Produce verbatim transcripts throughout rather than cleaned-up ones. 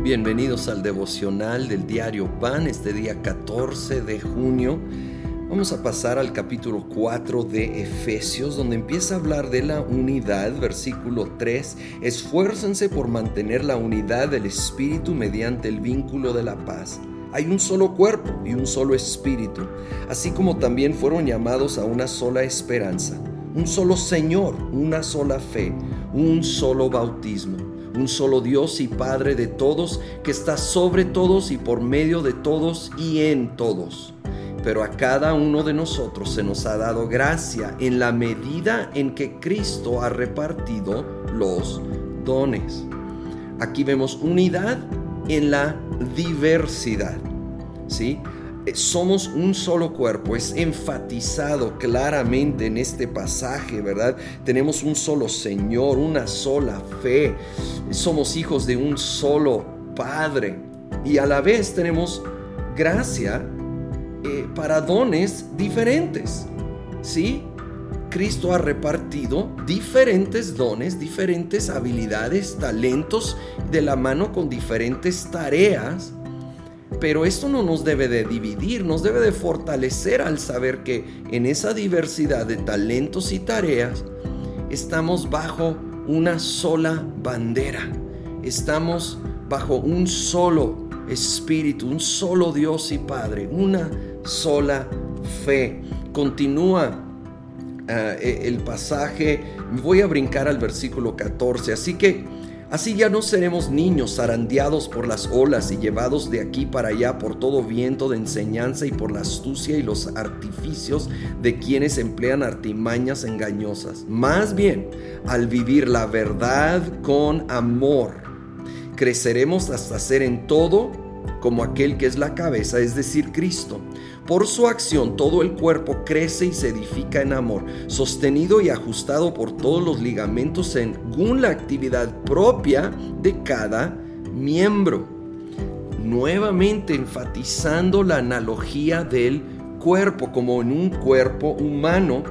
Bienvenidos al devocional del diario Pan, este día catorce de junio. Vamos a pasar al capítulo cuatro de Efesios, donde empieza a hablar de la unidad, versículo tres. Esfuércense por mantener la unidad del Espíritu mediante el vínculo de la paz. Hay un solo cuerpo y un solo Espíritu, así como también fueron llamados a una sola esperanza, un solo Señor, una sola fe, un solo bautismo, un solo Dios y Padre de todos, que está sobre todos y por medio de todos y en todos. Pero a cada uno de nosotros se nos ha dado gracia en la medida en que Cristo ha repartido los dones. Aquí vemos unidad en la diversidad, ¿sí? Somos un solo cuerpo, es enfatizado claramente en este pasaje, ¿verdad? Tenemos un solo Señor, una sola fe, somos hijos de un solo Padre y a la vez tenemos gracia eh, para dones diferentes, ¿sí? Cristo ha repartido diferentes dones, diferentes habilidades, talentos de la mano con diferentes tareas. Pero esto no nos debe de dividir, nos debe de fortalecer al saber que en esa diversidad de talentos y tareas estamos bajo una sola bandera, estamos bajo un solo Espíritu, un solo Dios y Padre, una sola fe. Continúa uh, el pasaje, voy a brincar al versículo catorce, así que Así ya no seremos niños zarandeados por las olas y llevados de aquí para allá por todo viento de enseñanza y por la astucia y los artificios de quienes emplean artimañas engañosas. Más bien, al vivir la verdad con amor, creceremos hasta ser en todo como aquel que es la cabeza, es decir, Cristo. Por su acción todo el cuerpo crece y se edifica en amor, sostenido y ajustado por todos los ligamentos según la actividad propia de cada miembro. Nuevamente enfatizando la analogía del cuerpo, como en un cuerpo humano,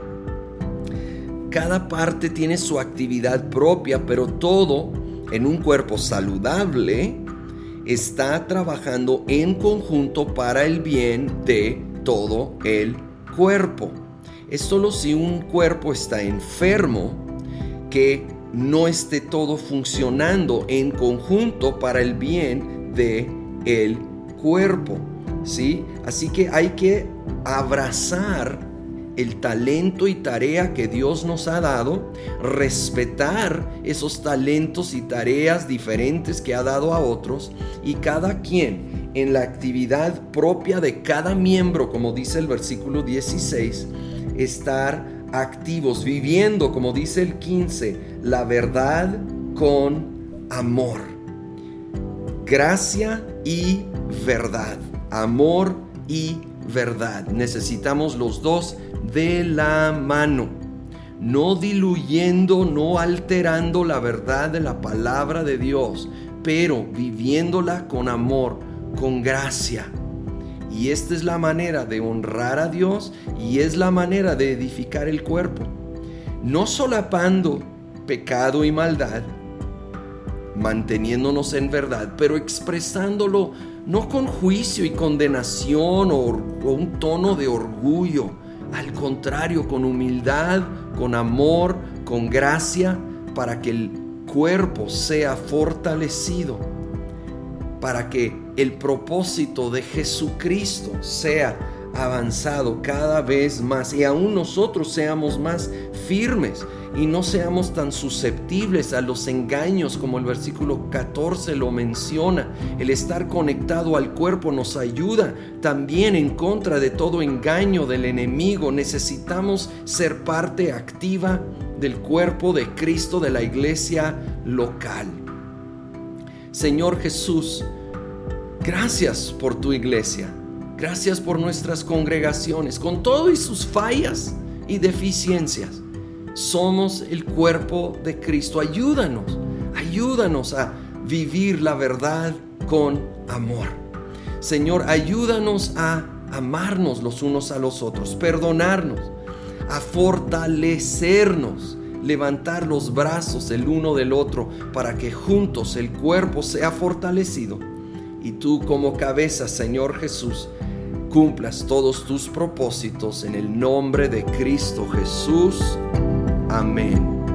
cada parte tiene su actividad propia, pero todo en un cuerpo saludable está trabajando en conjunto para el bien de todo el cuerpo. Es solo si un cuerpo está enfermo que no esté todo funcionando en conjunto para el bien de el cuerpo, ¿sí? Así que hay que abrazar el talento y tarea que Dios nos ha dado, respetar esos talentos y tareas diferentes que ha dado a otros, y cada quien en la actividad propia de cada miembro, como dice el versículo dieciséis, estar activos, viviendo, como dice el quince, la verdad con amor. Gracia y verdad, amor y verdad. Necesitamos los dos de la mano, no diluyendo, no alterando la verdad de la palabra de Dios, pero viviéndola con amor, con gracia. Y esta es la manera de honrar a Dios y es la manera de edificar el cuerpo, no solapando pecado y maldad, manteniéndonos en verdad, pero expresándolo no con juicio y condenación o, o un tono de orgullo. Al contrario, con humildad, con amor, con gracia, para que el cuerpo sea fortalecido, para que el propósito de Jesucristo sea avanzado cada vez más y aún nosotros seamos más firmes y no seamos tan susceptibles a los engaños como el versículo catorce lo menciona. El estar conectado al cuerpo nos ayuda también en contra de todo engaño del enemigo. Necesitamos ser parte activa del cuerpo de Cristo, de la iglesia local. Señor Jesús, gracias por tu iglesia. Gracias por nuestras congregaciones, con todo y sus fallas y deficiencias. Somos el cuerpo de Cristo. Ayúdanos, ayúdanos a vivir la verdad con amor. Señor, ayúdanos a amarnos los unos a los otros, perdonarnos, a fortalecernos, levantar los brazos el uno del otro para que juntos el cuerpo sea fortalecido y tú como cabeza, Señor Jesús, cumplas todos tus propósitos en el nombre de Cristo Jesús. Amén.